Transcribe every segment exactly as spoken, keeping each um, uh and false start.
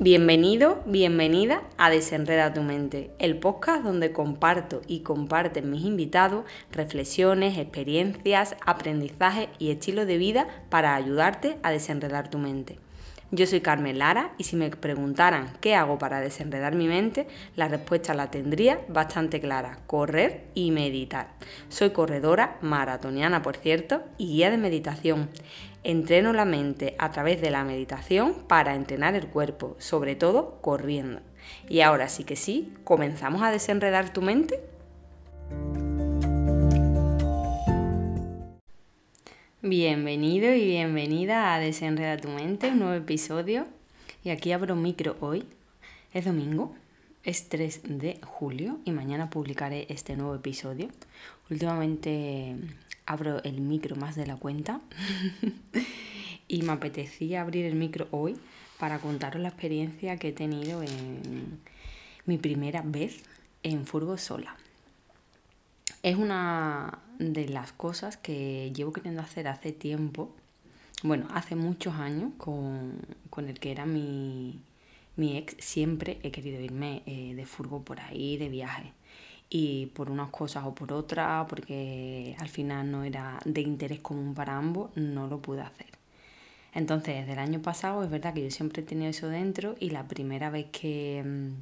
Bienvenido, bienvenida a Desenreda tu mente, el podcast donde comparto y comparten mis invitados reflexiones, experiencias, aprendizajes y estilo de vida para ayudarte a desenredar tu mente. Yo soy Carmen Lara y si me preguntaran qué hago para desenredar mi mente, la respuesta la tendría bastante clara: correr y meditar. Soy corredora, maratoniana por cierto, y guía de meditación. Entreno la mente a través de la meditación para entrenar el cuerpo, sobre todo corriendo. Y ahora sí que sí, ¿comenzamos a desenredar tu mente? Bienvenido y bienvenida a Desenreda tu mente, un nuevo episodio. Y aquí abro micro hoy. Es domingo, es tres de julio y mañana publicaré este nuevo episodio. Últimamente abro el micro más de la cuenta y me apetecía abrir el micro hoy para contaros la experiencia que he tenido en mi primera vez en furgo sola. Es una de las cosas que llevo queriendo hacer hace tiempo, bueno, hace muchos años con, con el que era mi, mi ex. Siempre he querido irme eh, de furgo por ahí, de viaje. Y por unas cosas o por otras, porque al final no era de interés común para ambos, no lo pude hacer. Entonces, desde el año pasado es verdad que yo siempre he tenido eso dentro y la primera vez que,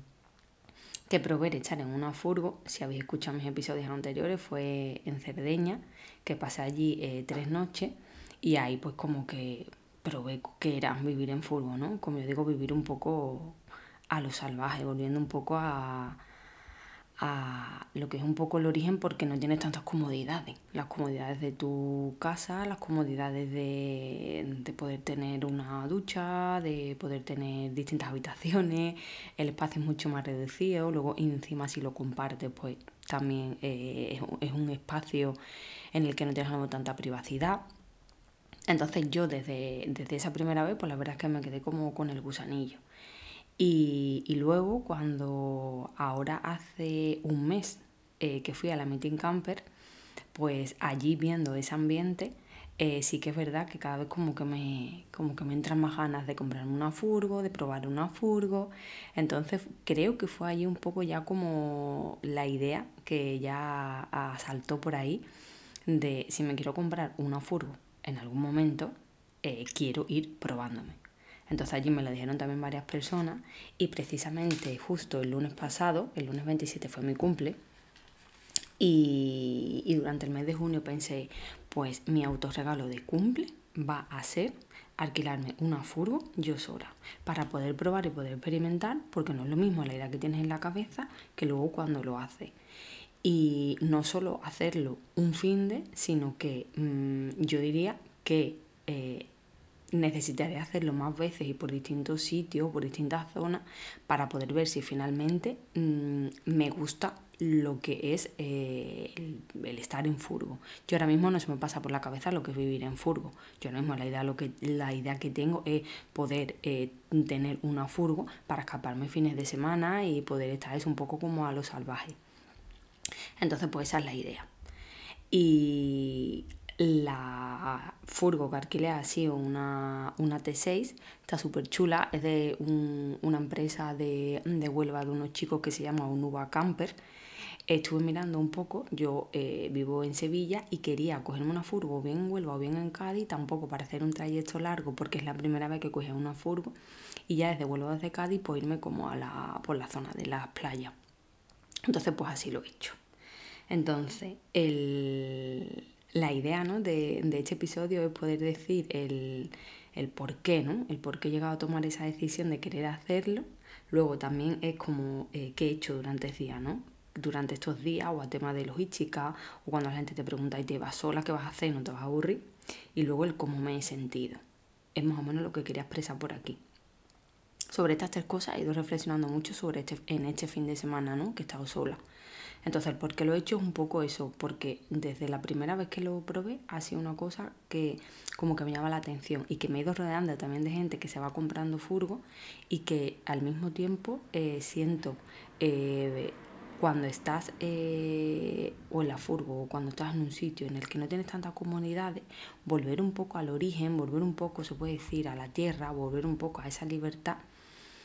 que probé echar en una furgo, si habéis escuchado mis episodios anteriores, fue en Cerdeña, que pasé allí eh, tres noches y ahí pues como que probé que era vivir en furgo, ¿no? Como yo digo, vivir un poco a lo salvaje, volviendo un poco a... a lo que es un poco el origen, porque no tienes tantas comodidades. Las comodidades de tu casa, las comodidades de, de poder tener una ducha, de poder tener distintas habitaciones, el espacio es mucho más reducido, luego encima si lo compartes pues también eh, es, es un espacio en el que no tienes tanta privacidad. Entonces yo desde, desde esa primera vez pues la verdad es que me quedé como con el gusanillo. Y, y luego cuando ahora hace un mes eh, que fui a la Meeting Camper, pues allí viendo ese ambiente, eh, sí que es verdad que cada vez como que me como que me entran más ganas de comprarme una furgo, de probar una furgo. Entonces creo que fue allí un poco ya como la idea que ya saltó por ahí de si me quiero comprar una furgo en algún momento, eh, quiero ir probándome. Entonces allí me lo dijeron también varias personas y precisamente justo el lunes pasado, el lunes veintisiete fue mi cumple y, y durante el mes de junio pensé, pues mi autorregalo de cumple va a ser alquilarme una furgo yo sola para poder probar y poder experimentar, porque no es lo mismo la idea que tienes en la cabeza que luego cuando lo haces. Y no solo hacerlo un finde, sino que mmm, yo diría que eh, necesitaré hacerlo más veces y por distintos sitios, por distintas zonas, para poder ver si finalmente mmm, me gusta lo que es eh, el, el estar en furgo. Yo ahora mismo no se me pasa por la cabeza lo que es vivir en furgo. Yo ahora mismo la idea, lo que, la idea que tengo es poder eh, tener una furgo para escaparme fines de semana y poder estar es un poco como a lo salvaje. Entonces pues esa es la idea. Y la furgo que alquilé ha sido una, una T seis, está súper chula, es de un, una empresa de, de Huelva, de unos chicos que se llama Unuba Camper. Estuve mirando un poco, yo eh, vivo en Sevilla y quería cogerme una furgo bien en Huelva o bien en Cádiz, tampoco para hacer un trayecto largo porque es la primera vez que cogí una furgo, y ya desde Huelva, desde Cádiz, pues irme como a la, por la zona de las playas. Entonces pues así lo he hecho. Entonces, el, la idea, ¿no?, de, de este episodio es poder decir el, el por qué, ¿no? El por qué he llegado a tomar esa decisión de querer hacerlo. Luego también es como eh, qué he hecho durante el día, ¿no? Durante estos días, o a tema de logística, o cuando la gente te pregunta y te vas sola, ¿qué vas a hacer? No te vas a aburrir. Y luego el cómo me he sentido. Es más o menos lo que quería expresar por aquí. Sobre estas tres cosas he ido reflexionando mucho sobre este, en este fin de semana, ¿no?, que he estado sola. Entonces, ¿por qué lo he hecho? Es un poco eso, porque desde la primera vez que lo probé ha sido una cosa que como que me llama la atención y que me he ido rodeando también de gente que se va comprando furgo y que al mismo tiempo eh, siento eh, cuando estás eh, o en la furgo o cuando estás en un sitio en el que no tienes tantas comunidades, volver un poco al origen, volver un poco, se puede decir, a la tierra, volver un poco a esa libertad,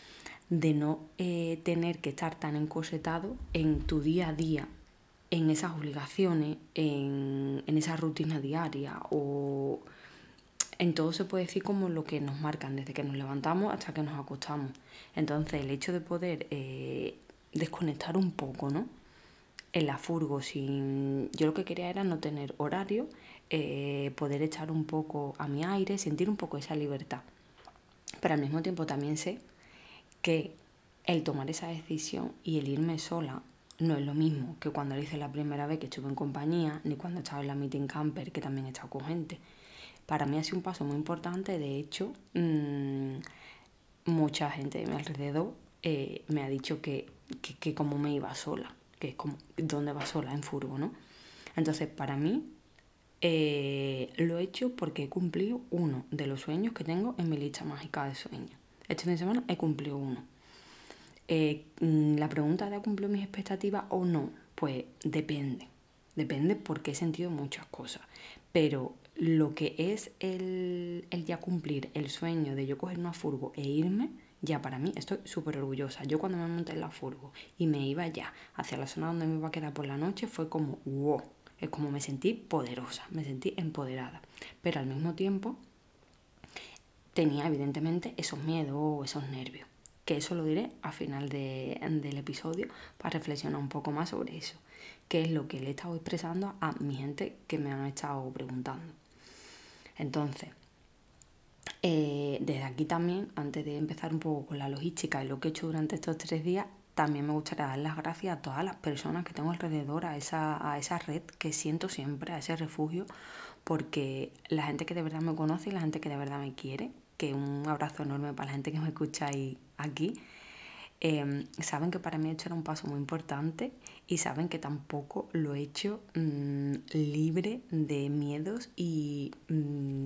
de no eh, tener que estar tan encorsetado en tu día a día, en esas obligaciones, en, en esa rutina diaria o en todo, se puede decir, como lo que nos marcan desde que nos levantamos hasta que nos acostamos. Entonces el hecho de poder eh, desconectar un poco, ¿no? En la furgo, sin... yo lo que quería era no tener horario, eh, poder echar un poco a mi aire, sentir un poco esa libertad. Pero al mismo tiempo también sé que el tomar esa decisión y el irme sola no es lo mismo que cuando lo hice la primera vez, que estuve en compañía, ni cuando estaba en la meeting camper, que también he estado con gente. Para mí ha sido un paso muy importante. De hecho, mmm, mucha gente de mi alrededor eh, me ha dicho que, que, que como me iba sola, que es como, ¿dónde vas sola? En furgo, ¿no? Entonces, para mí, eh, lo he hecho porque he cumplido uno de los sueños que tengo en mi lista mágica de sueños. Este fin de semana he cumplido uno. Eh, la pregunta de ¿ha cumplido mis expectativas o no? Pues depende. Depende porque he sentido muchas cosas. Pero lo que es el, el ya cumplir el sueño de yo coger una furgo e irme, ya para mí estoy súper orgullosa. Yo cuando me monté en la furgo y me iba ya hacia la zona donde me iba a quedar por la noche, fue como wow. Es como me sentí poderosa, me sentí empoderada. Pero al mismo tiempo tenía evidentemente esos miedos o esos nervios. Que eso lo diré al final de, del episodio para reflexionar un poco más sobre eso. Que es lo que le he estado expresando a mi gente que me han estado preguntando. Entonces, eh, desde aquí también, antes de empezar un poco con la logística y lo que he hecho durante estos tres días, también me gustaría dar las gracias a todas las personas que tengo alrededor, a esa, a esa red que siento siempre, a ese refugio, porque la gente que de verdad me conoce y la gente que de verdad me quiere, que un abrazo enorme para la gente que me escucháis aquí, eh, saben que para mí esto era un paso muy importante y saben que tampoco lo he hecho mmm, libre de miedos y mmm,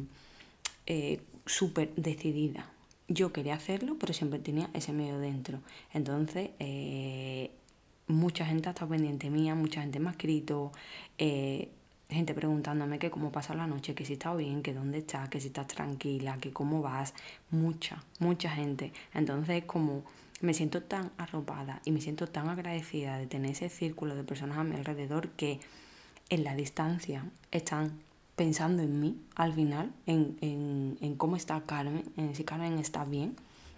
eh, súper decidida. Yo quería hacerlo, pero siempre tenía ese miedo dentro. Entonces, eh, mucha gente ha estado pendiente mía, mucha gente me ha escrito, eh, gente preguntándome que cómo pasa la noche, que si estás bien, que dónde estás, que si estás tranquila, que cómo vas. Mucha, mucha gente. Entonces, como me siento tan arropada y me siento tan agradecida de tener ese círculo de personas a mi alrededor que en la distancia están pensando en mí al final, en, en, en cómo está Carmen, en si Carmen está bien.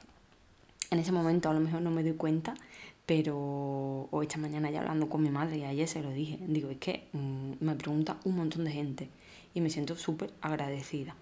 En ese momento a lo mejor no me doy cuenta, pero o esta mañana ya hablando con mi madre y ayer se lo dije, digo, es que mmm, me pregunta un montón de gente y me siento súper agradecida.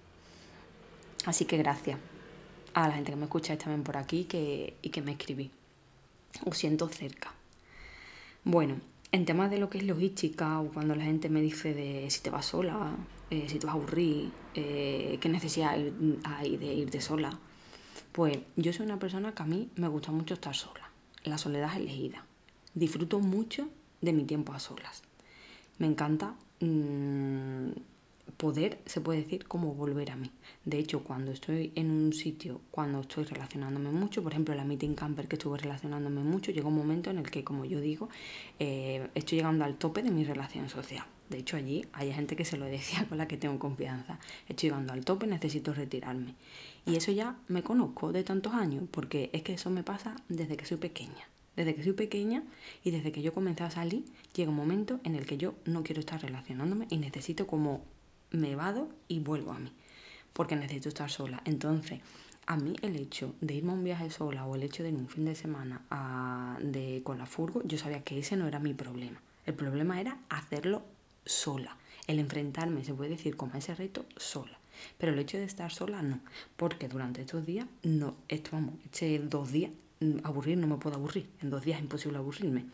Así que gracias a la gente que me escucháis también por aquí que, y que me escribí. Os siento cerca. Bueno, en temas de lo que es logística o cuando la gente me dice de si te vas sola, eh, si te vas a aburrir, eh, qué necesidad hay de irte sola, pues yo soy una persona que a mí me gusta mucho estar sola. La soledad es elegida. Disfruto mucho de mi tiempo a solas. Me encanta mmm, poder, se puede decir, como volver a mí. De hecho, cuando estoy en un sitio, cuando estoy relacionándome mucho, por ejemplo, en la meeting camper que estuve relacionándome mucho, llega un momento en el que, como yo digo, eh, estoy llegando al tope de mi relación social. De hecho, allí hay gente que se lo decía con la que tengo confianza. Estoy llegando al tope, necesito retirarme. Y eso ya me conozco de tantos años, porque es que eso me pasa desde que soy pequeña. Desde que soy pequeña y desde que yo comencé a salir, llega un momento en el que yo no quiero estar relacionándome y necesito como me evado y vuelvo a mí, porque necesito estar sola. Entonces, a mí el hecho de irme a un viaje sola o el hecho de irme un fin de semana a, de, con la furgo, yo sabía que ese no era mi problema. El problema era hacerlo sola, el enfrentarme, se puede decir, con ese reto sola. Pero el hecho de estar sola no, porque durante estos días, no, esto vamos, este dos días, aburrir no me puedo aburrir, en dos días es imposible aburrirme.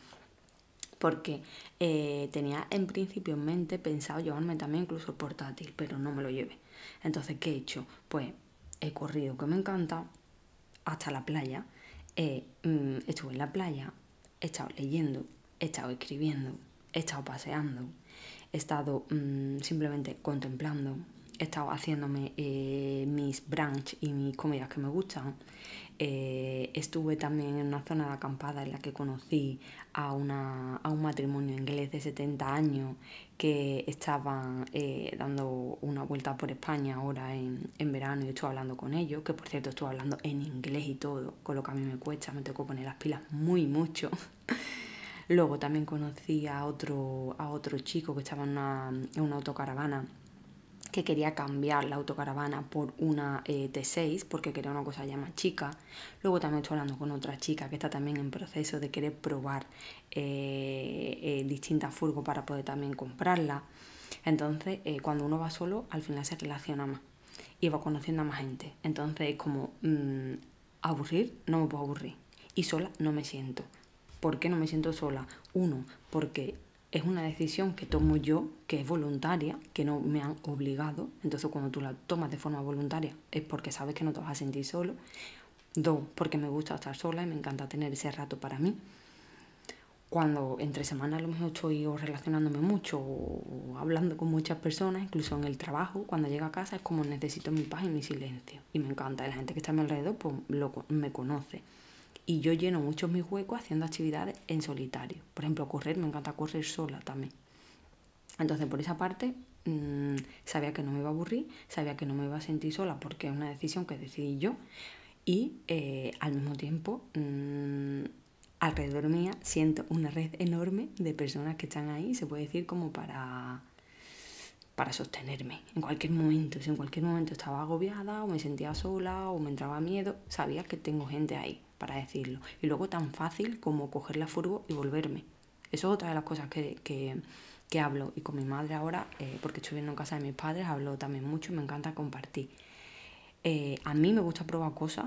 Porque eh, tenía en principio en mente pensado llevarme también incluso el portátil, pero no me lo llevé. Entonces, ¿qué he hecho? Pues he corrido, que me encanta, hasta la playa. Eh, mmm, estuve en la playa, he estado leyendo, he estado escribiendo, he estado paseando, he estado mmm, simplemente contemplando, he estado haciéndome eh, mis brunch y mis comidas que me gustan. Eh, estuve también en una zona de acampada en la que conocí a, una, a un matrimonio inglés de setenta años que estaban eh, dando una vuelta por España ahora en, en verano, y estuve hablando con ellos, que por cierto estuve hablando en inglés y todo, con lo que a mí me cuesta, me tengo que poner las pilas muy mucho. Luego también conocí a otro, a otro chico que estaba en una, en una autocaravana, que quería cambiar la autocaravana por una eh, T seis porque quería una cosa ya más chica. Luego también estoy hablando con otra chica que está también en proceso de querer probar eh, eh, distintas furgos para poder también comprarla. Entonces, eh, cuando uno va solo, al final se relaciona más y va conociendo a más gente. Entonces, es como mmm, aburrir, no me puedo aburrir. Y sola no me siento. ¿Por qué no me siento sola? Uno, porque es una decisión que tomo yo, que es voluntaria, que no me han obligado. Entonces, cuando tú la tomas de forma voluntaria es porque sabes que no te vas a sentir solo. Dos, porque me gusta estar sola y me encanta tener ese rato para mí. Cuando entre semanas a lo mejor estoy o relacionándome mucho o hablando con muchas personas, incluso en el trabajo, cuando llego a casa es como necesito mi paz y mi silencio. Y me encanta. Y la gente que está a mi alrededor pues, lo, me conoce. Y yo lleno muchos mis huecos haciendo actividades en solitario. Por ejemplo, correr, me encanta correr sola también. Entonces, por esa parte, mmm, sabía que no me iba a aburrir, sabía que no me iba a sentir sola porque es una decisión que decidí yo. Y eh, al mismo tiempo, mmm, alrededor mía siento una red enorme de personas que están ahí, se puede decir como para... para sostenerme en cualquier momento. Si en cualquier momento estaba agobiada o me sentía sola o me entraba miedo, sabía que tengo gente ahí para decirlo. Y luego tan fácil como coger la furgo y volverme. Eso es otra de las cosas que, que, que hablo. Y con mi madre ahora, eh, porque estoy viviendo en casa de mis padres, hablo también mucho y me encanta compartir. Eh, a mí me gusta probar cosas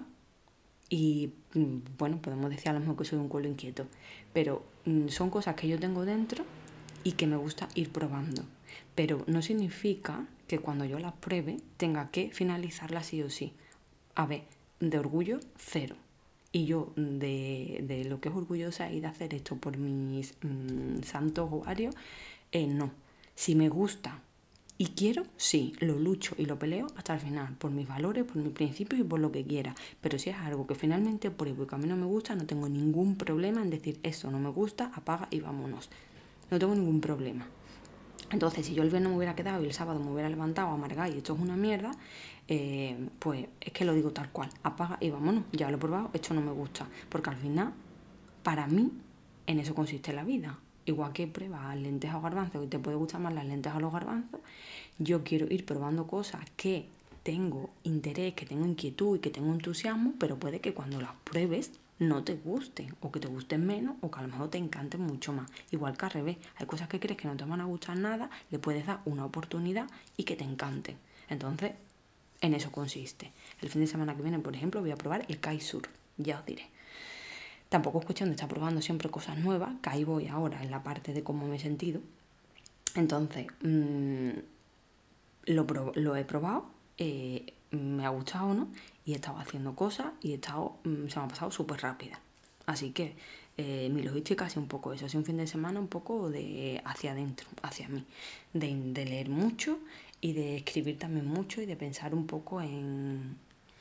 y, bueno, podemos decir a lo mejor que soy un culo inquieto, pero mm, son cosas que yo tengo dentro y que me gusta ir probando. Pero no significa que cuando yo las pruebe tenga que finalizarlas sí o sí. A ver, de orgullo, cero. Y yo de, de lo que es orgullosa y de hacer esto por mis mmm, santos ovarios, eh, no. Si me gusta y quiero, sí, lo lucho y lo peleo hasta el final, por mis valores, por mis principios y por lo que quiera. Pero si es algo que finalmente pruebo y que a mí no me gusta, no tengo ningún problema en decir eso no me gusta, apaga y vámonos. No tengo ningún problema. Entonces, si yo el viernes me hubiera quedado y el sábado me hubiera levantado amargada y esto es una mierda, eh, pues es que lo digo tal cual, apaga y vámonos, ya lo he probado, esto no me gusta. Porque al final, para mí, en eso consiste la vida. Igual que pruebas lentejas o garbanzos y te puede gustar más las lentejas o los garbanzos, yo quiero ir probando cosas que tengo interés, que tengo inquietud y que tengo entusiasmo, pero puede que cuando las pruebes no te gusten, o que te gusten menos, o que a lo mejor te encanten mucho más. Igual que al revés, hay cosas que crees que no te van a gustar nada, le puedes dar una oportunidad y que te encanten. Entonces, en eso consiste. El fin de semana que viene, por ejemplo, voy a probar el kitesurf, ya os diré. Tampoco es cuestión de estar probando siempre cosas nuevas, que ahí voy ahora en la parte de cómo me he sentido. Entonces, mmm, lo, pro- lo he probado, eh, me ha gustado, ¿no? Y he estado haciendo cosas y he estado, mmm, se me ha pasado súper rápida. Así que eh, mi logística ha sido un poco eso, ha sido un fin de semana un poco de hacia adentro, hacia mí, de, de leer mucho y de escribir también mucho y de pensar un poco en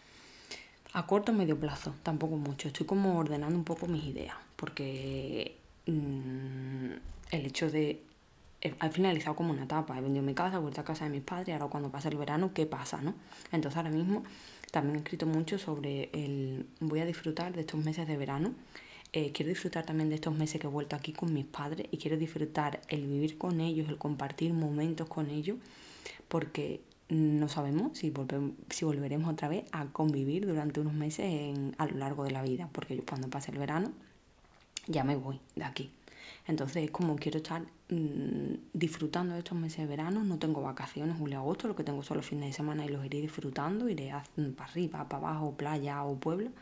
a corto o medio plazo, tampoco mucho. Estoy como ordenando un poco mis ideas, porque mmm, el hecho de he finalizado como una etapa, he vendido mi casa, he vuelto a casa de mis padres, y ahora cuando pasa el verano, ¿qué pasa, no? Entonces ahora mismo también he escrito mucho sobre el voy a disfrutar de estos meses de verano, eh, quiero disfrutar también de estos meses que he vuelto aquí con mis padres y quiero disfrutar el vivir con ellos, el compartir momentos con ellos, porque no sabemos si, volvemos, si volveremos otra vez a convivir durante unos meses en, a lo largo de la vida, porque yo cuando pase el verano ya me voy de aquí. Entonces, como quiero estar mmm, disfrutando de estos meses de verano, no tengo vacaciones, julio, agosto, lo que tengo son los fines de semana y los iré disfrutando, iré a, para arriba, para abajo, playa o pueblo,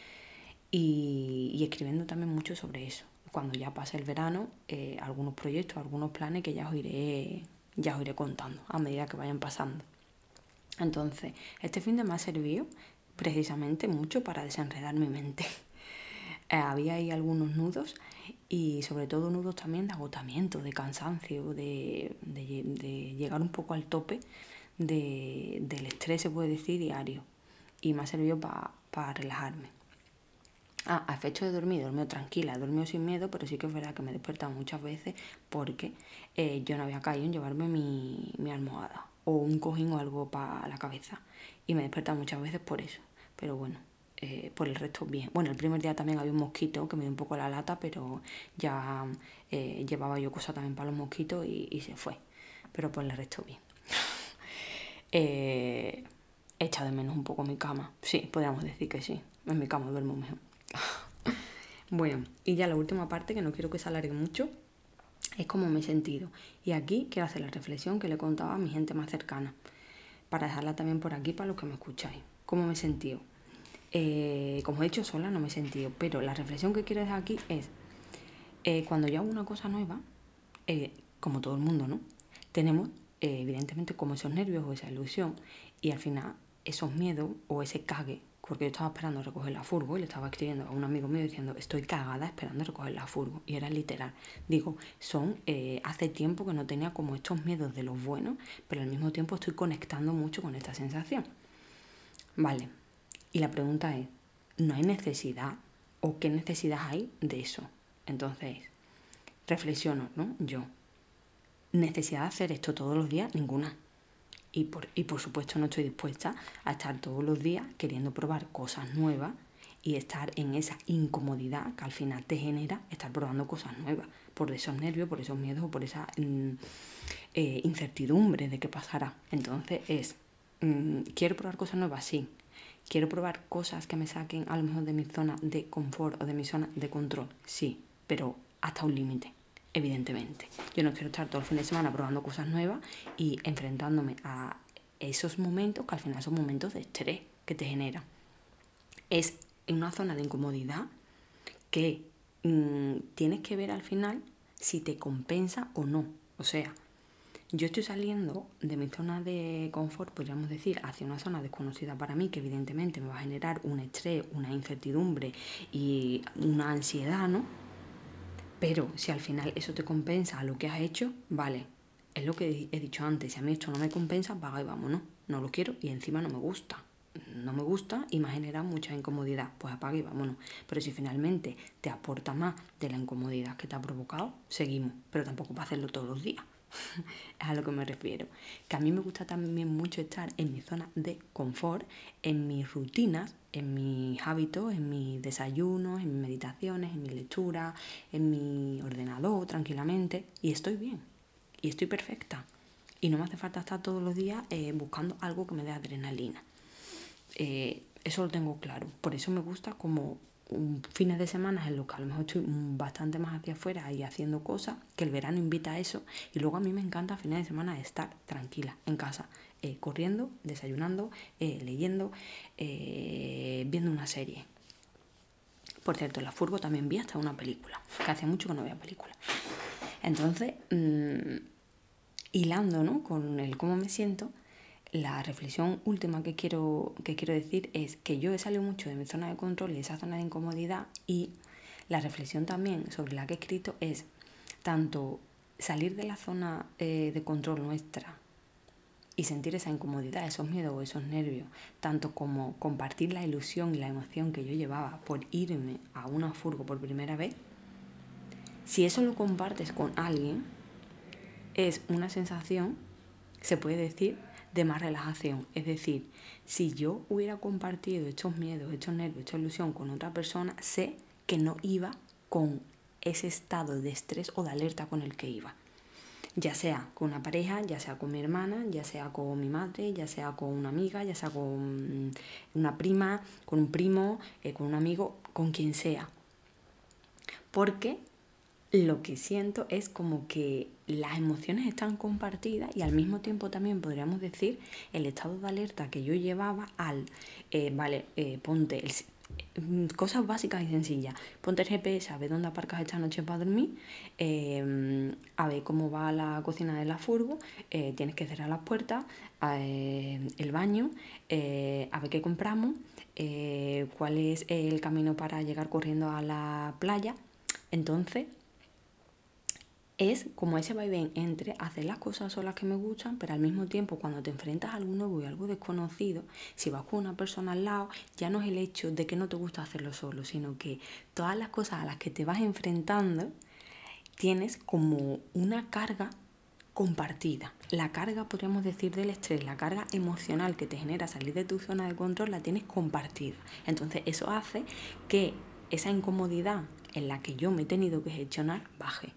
y, y escribiendo también mucho sobre eso. Cuando ya pase el verano, eh, algunos proyectos, algunos planes que ya os iré, ya os iré contando a medida que vayan pasando. Entonces, este fin de me ha servido precisamente mucho para desenredar mi mente. eh, había ahí algunos nudos y sobre todo nudos también de agotamiento, de cansancio, de, de, de llegar un poco al tope de, del estrés, se puede decir, diario. Y me ha servido para pa relajarme. Ah, a efecto de dormir, he dormido tranquila, he dormido sin miedo, pero sí que es verdad que me he despertado muchas veces porque eh, yo no había caído en llevarme mi, mi almohada o un cojín o algo para la cabeza. Y me he despertado muchas veces por eso. Pero bueno, eh, por el resto bien. Bueno, el primer día también había un mosquito que me dio un poco la lata, pero ya eh, llevaba yo cosas también para los mosquitos y, y se fue. Pero por el resto bien. eh, he echado de menos un poco mi cama. Sí, podríamos decir que sí. En mi cama duermo mejor. Bueno, y ya la última parte, que no quiero que se alargue mucho, es cómo me he sentido. Y aquí quiero hacer la reflexión que le contaba a mi gente más cercana, para dejarla también por aquí para los que me escucháis. ¿Cómo me he sentido? Eh, como he dicho, sola no me he sentido, pero la reflexión que quiero dejar aquí es, eh, cuando yo hago una cosa nueva, eh, como todo el mundo, ¿no? Tenemos, eh, evidentemente, como esos nervios o esa ilusión, y al final esos miedos o ese cague, porque yo estaba esperando recoger la furgo y le estaba escribiendo a un amigo mío diciendo estoy cagada esperando recoger la furgo, y era literal. Digo, son, eh, hace tiempo que no tenía como estos miedos de los buenos, pero al mismo tiempo estoy conectando mucho con esta sensación. Vale, y la pregunta es, ¿no hay necesidad o qué necesidad hay de eso? Entonces, reflexiono, ¿no? Yo, necesidad de hacer esto todos los días, ninguna. Y por, y por supuesto no estoy dispuesta a estar todos los días queriendo probar cosas nuevas y estar en esa incomodidad que al final te genera estar probando cosas nuevas, por esos nervios, por esos miedos o por esa mm, eh, incertidumbre de qué pasará. Entonces es, mm, ¿quiero probar cosas nuevas? Sí. ¿Quiero probar cosas que me saquen a lo mejor de mi zona de confort o de mi zona de control? Sí, pero hasta un límite. Evidentemente, yo no quiero estar todo el fin de semana probando cosas nuevas y enfrentándome a esos momentos que al final son momentos de estrés que te generan. Es una zona de incomodidad que mmm, tienes que ver al final si te compensa o no. O sea, yo estoy saliendo de mi zona de confort, podríamos decir, hacia una zona desconocida para mí, que evidentemente me va a generar un estrés, una incertidumbre y una ansiedad, ¿no? Pero si al final eso te compensa a lo que has hecho, vale, es lo que he dicho antes, si a mí esto no me compensa, paga y vámonos, no lo quiero y encima no me gusta. No me gusta y me ha generado mucha incomodidad, pues apaga y vámonos. Pero si finalmente te aporta más de la incomodidad que te ha provocado, seguimos, pero tampoco para hacerlo todos los días. Es a lo que me refiero. Que a mí me gusta también mucho estar en mi zona de confort, en mis rutinas, en mis hábitos, en mis desayunos, en mis meditaciones, en mi lectura, en mi ordenador, tranquilamente. Y estoy bien. Y estoy perfecta. Y no me hace falta estar todos los días eh, buscando algo que me dé adrenalina. Eh, eso lo tengo claro. Por eso me gusta como un fines de semana en los que a lo mejor estoy bastante más hacia afuera y haciendo cosas, que el verano invita a eso, y luego a mí me encanta fines de semana estar tranquila en casa, eh, corriendo, desayunando, eh, leyendo, eh, viendo una serie. Por cierto, en la furgo también vi hasta una película, que hace mucho que no veía películas. Entonces, mmm, hilando, ¿no?, con el cómo me siento, la reflexión última que quiero, que quiero decir es que yo he salido mucho de mi zona de control y de esa zona de incomodidad, y la reflexión también sobre la que he escrito es tanto salir de la zona eh, de control nuestra y sentir esa incomodidad, esos miedos o esos nervios, tanto como compartir la ilusión y la emoción que yo llevaba por irme a una furgo por primera vez. Si eso lo compartes con alguien, es una sensación, se puede decir, de más relajación. Es decir, si yo hubiera compartido estos miedos, estos nervios, esta ilusión con otra persona, sé que no iba con ese estado de estrés o de alerta con el que iba. Ya sea con una pareja, ya sea con mi hermana, ya sea con mi madre, ya sea con una amiga, ya sea con una prima, con un primo, eh, con un amigo, con quien sea. Porque lo que siento es como que las emociones están compartidas y al mismo tiempo también podríamos decir el estado de alerta que yo llevaba al, eh, vale, eh, ponte, el, cosas básicas y sencillas, ponte el G P S, a ver dónde aparcas esta noche para dormir, eh, a ver cómo va la cocina de la furgo, eh, tienes que cerrar las puertas, eh, el baño, eh, a ver qué compramos, eh, cuál es el camino para llegar corriendo a la playa. Entonces, es como ese vaivén entre hacer las cosas solas que me gustan, pero al mismo tiempo cuando te enfrentas a algo nuevo y algo desconocido, si vas con una persona al lado, ya no es el hecho de que no te gusta hacerlo solo, sino que todas las cosas a las que te vas enfrentando tienes como una carga compartida. La carga, podríamos decir, del estrés, la carga emocional que te genera salir de tu zona de control, la tienes compartida. Entonces eso hace que esa incomodidad en la que yo me he tenido que gestionar baje.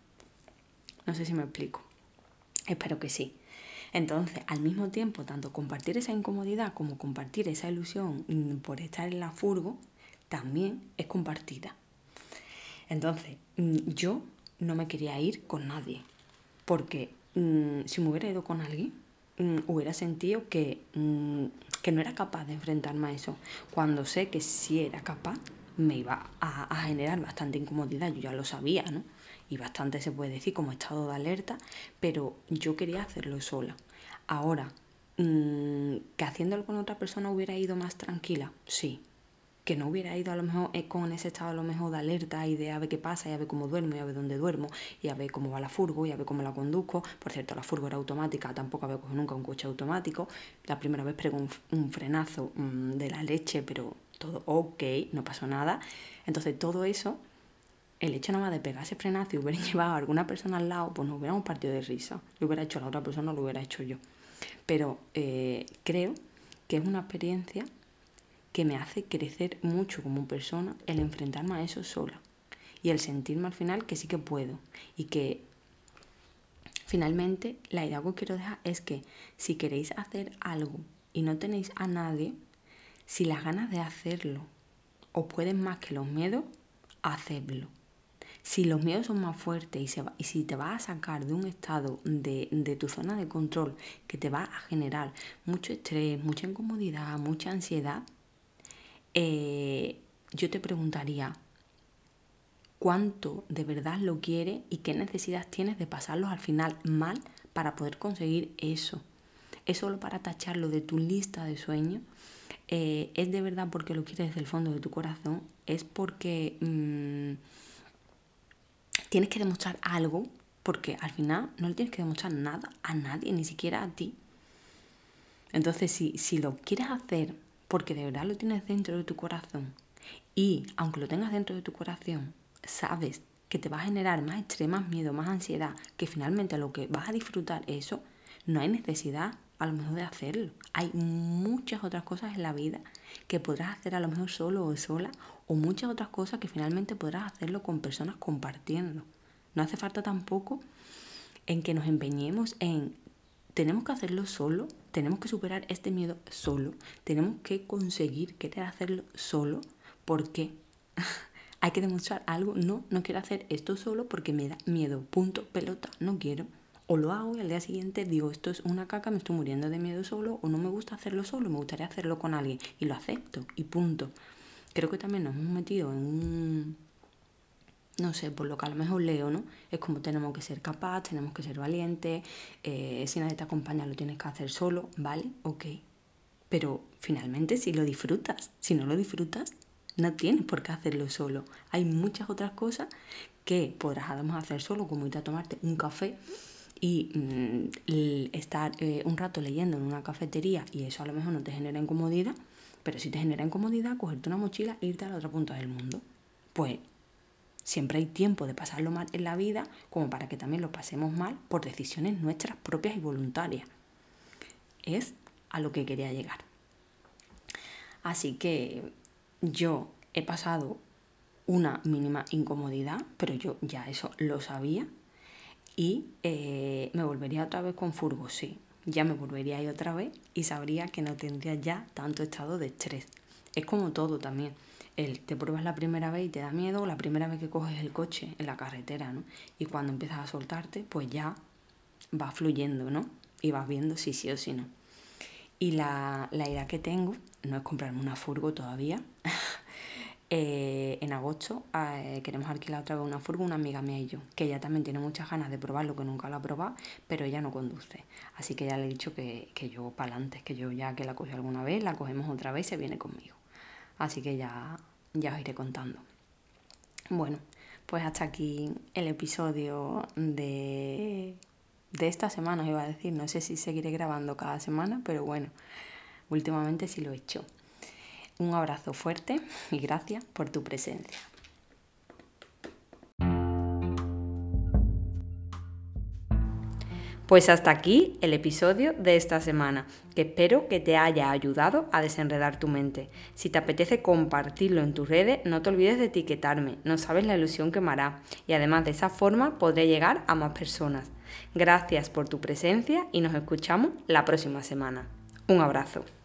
No sé si me explico. Espero que sí. Entonces, al mismo tiempo, tanto compartir esa incomodidad como compartir esa ilusión por estar en la furgo, también es compartida. Entonces, yo no me quería ir con nadie, porque mmm, si me hubiera ido con alguien, mmm, hubiera sentido que, mmm, que no era capaz de enfrentarme a eso. Cuando sé que sí era capaz, me iba a, a generar bastante incomodidad, yo ya lo sabía, ¿no? Y bastante se puede decir como estado de alerta, pero yo quería hacerlo sola. Ahora, mmm, que haciéndolo con otra persona hubiera ido más tranquila, sí. Que no hubiera ido a lo mejor con ese estado a lo mejor de alerta y de a ver qué pasa, y a ver cómo duermo, y a ver dónde duermo, y a ver cómo va la furgo, y a ver cómo la conduzco. Por cierto, la furgo era automática, tampoco había cogido nunca un coche automático. La primera vez pegó un, un frenazo mmm, de la leche, pero todo ok, no pasó nada. Entonces todo eso, el hecho nada más de pegar ese frenazo y hubiera llevado a alguna persona al lado, pues nos hubiéramos partido de risa. Lo hubiera hecho la otra persona, lo hubiera hecho yo. Pero eh, creo que es una experiencia que me hace crecer mucho como persona el enfrentarme a eso sola y el sentirme al final que sí que puedo, y que finalmente la idea que os quiero dejar es que si queréis hacer algo y no tenéis a nadie, si las ganas de hacerlo os pueden más que los miedos, hacedlo. Si los miedos son más fuertes y, se va, y si te vas a sacar de un estado de, de tu zona de control que te va a generar mucho estrés, mucha incomodidad, mucha ansiedad, eh, yo te preguntaría cuánto de verdad lo quieres y qué necesidad tienes de pasarlos al final mal para poder conseguir eso. ¿Es solo para tacharlo de tu lista de sueños? Eh, ¿Es de verdad porque lo quieres desde el fondo de tu corazón? ¿Es porque mmm, tienes que demostrar algo? Porque al final no le tienes que demostrar nada a nadie, ni siquiera a ti. Entonces, si, si lo quieres hacer porque de verdad lo tienes dentro de tu corazón, y aunque lo tengas dentro de tu corazón, sabes que te va a generar más estrés, más miedo, más ansiedad, que finalmente a lo que vas a disfrutar eso, no hay necesidad a lo mejor de hacerlo. Hay muchas otras cosas en la vida que podrás hacer a lo mejor solo o sola, o muchas otras cosas que finalmente podrás hacerlo con personas compartiendo. No hace falta tampoco en que nos empeñemos en tenemos que hacerlo solo, tenemos que superar este miedo solo, tenemos que conseguir querer hacerlo solo. ¿Por qué? Hay que demostrar algo. No, no quiero hacer esto solo porque me da miedo. Punto, pelota, no quiero. O lo hago y al día siguiente digo, esto es una caca, me estoy muriendo de miedo solo, o no me gusta hacerlo solo, me gustaría hacerlo con alguien. Y lo acepto, y punto. Creo que también nos hemos metido en un... no sé, por lo que a lo mejor leo, ¿no? Es como tenemos que ser capaz, tenemos que ser valientes, eh, si nadie te acompaña lo tienes que hacer solo, ¿vale? Ok. Pero finalmente si lo disfrutas, si no lo disfrutas, no tienes por qué hacerlo solo. Hay muchas otras cosas que podrás además hacer solo, como ir a tomarte un café y mmm, estar eh, un rato leyendo en una cafetería, y eso a lo mejor no te genera incomodidad, pero si te genera incomodidad, cogerte una mochila e irte a la otra punta del mundo. Pues siempre hay tiempo de pasarlo mal en la vida como para que también lo pasemos mal por decisiones nuestras propias y voluntarias. Es a lo que quería llegar. Así que yo he pasado una mínima incomodidad, pero yo ya eso lo sabía, y eh, me volvería otra vez con furgo, sí. Ya me volvería ahí otra vez y sabría que no tendría ya tanto estado de estrés. Es como todo también. El, te pruebas la primera vez y te da miedo, la primera vez que coges el coche en la carretera, ¿no? Y cuando empiezas a soltarte, pues ya va fluyendo, ¿no? Y vas viendo si sí o si no. Y la, la idea que tengo no es comprarme una furgo todavía. eh, en agosto eh, queremos alquilar otra vez una furgo, una amiga mía y yo, que ella también tiene muchas ganas de probarlo, que nunca lo ha probado, pero ella no conduce. Así que ya le he dicho que, que yo para adelante, que yo ya que la cogí alguna vez, la cogemos otra vez y se viene conmigo. Así que ya, ya os iré contando. Bueno, Pues hasta aquí el episodio de, de esta semana, os iba a decir. No sé si seguiré grabando cada semana, pero bueno, últimamente sí lo he hecho. Un abrazo fuerte y gracias por tu presencia. Pues hasta aquí el episodio de esta semana, que espero que te haya ayudado a desenredar tu mente. Si te apetece compartirlo en tus redes, no te olvides de etiquetarme, no sabes la ilusión que me hará. Y además de esa forma podré llegar a más personas. Gracias por tu presencia y nos escuchamos la próxima semana. Un abrazo.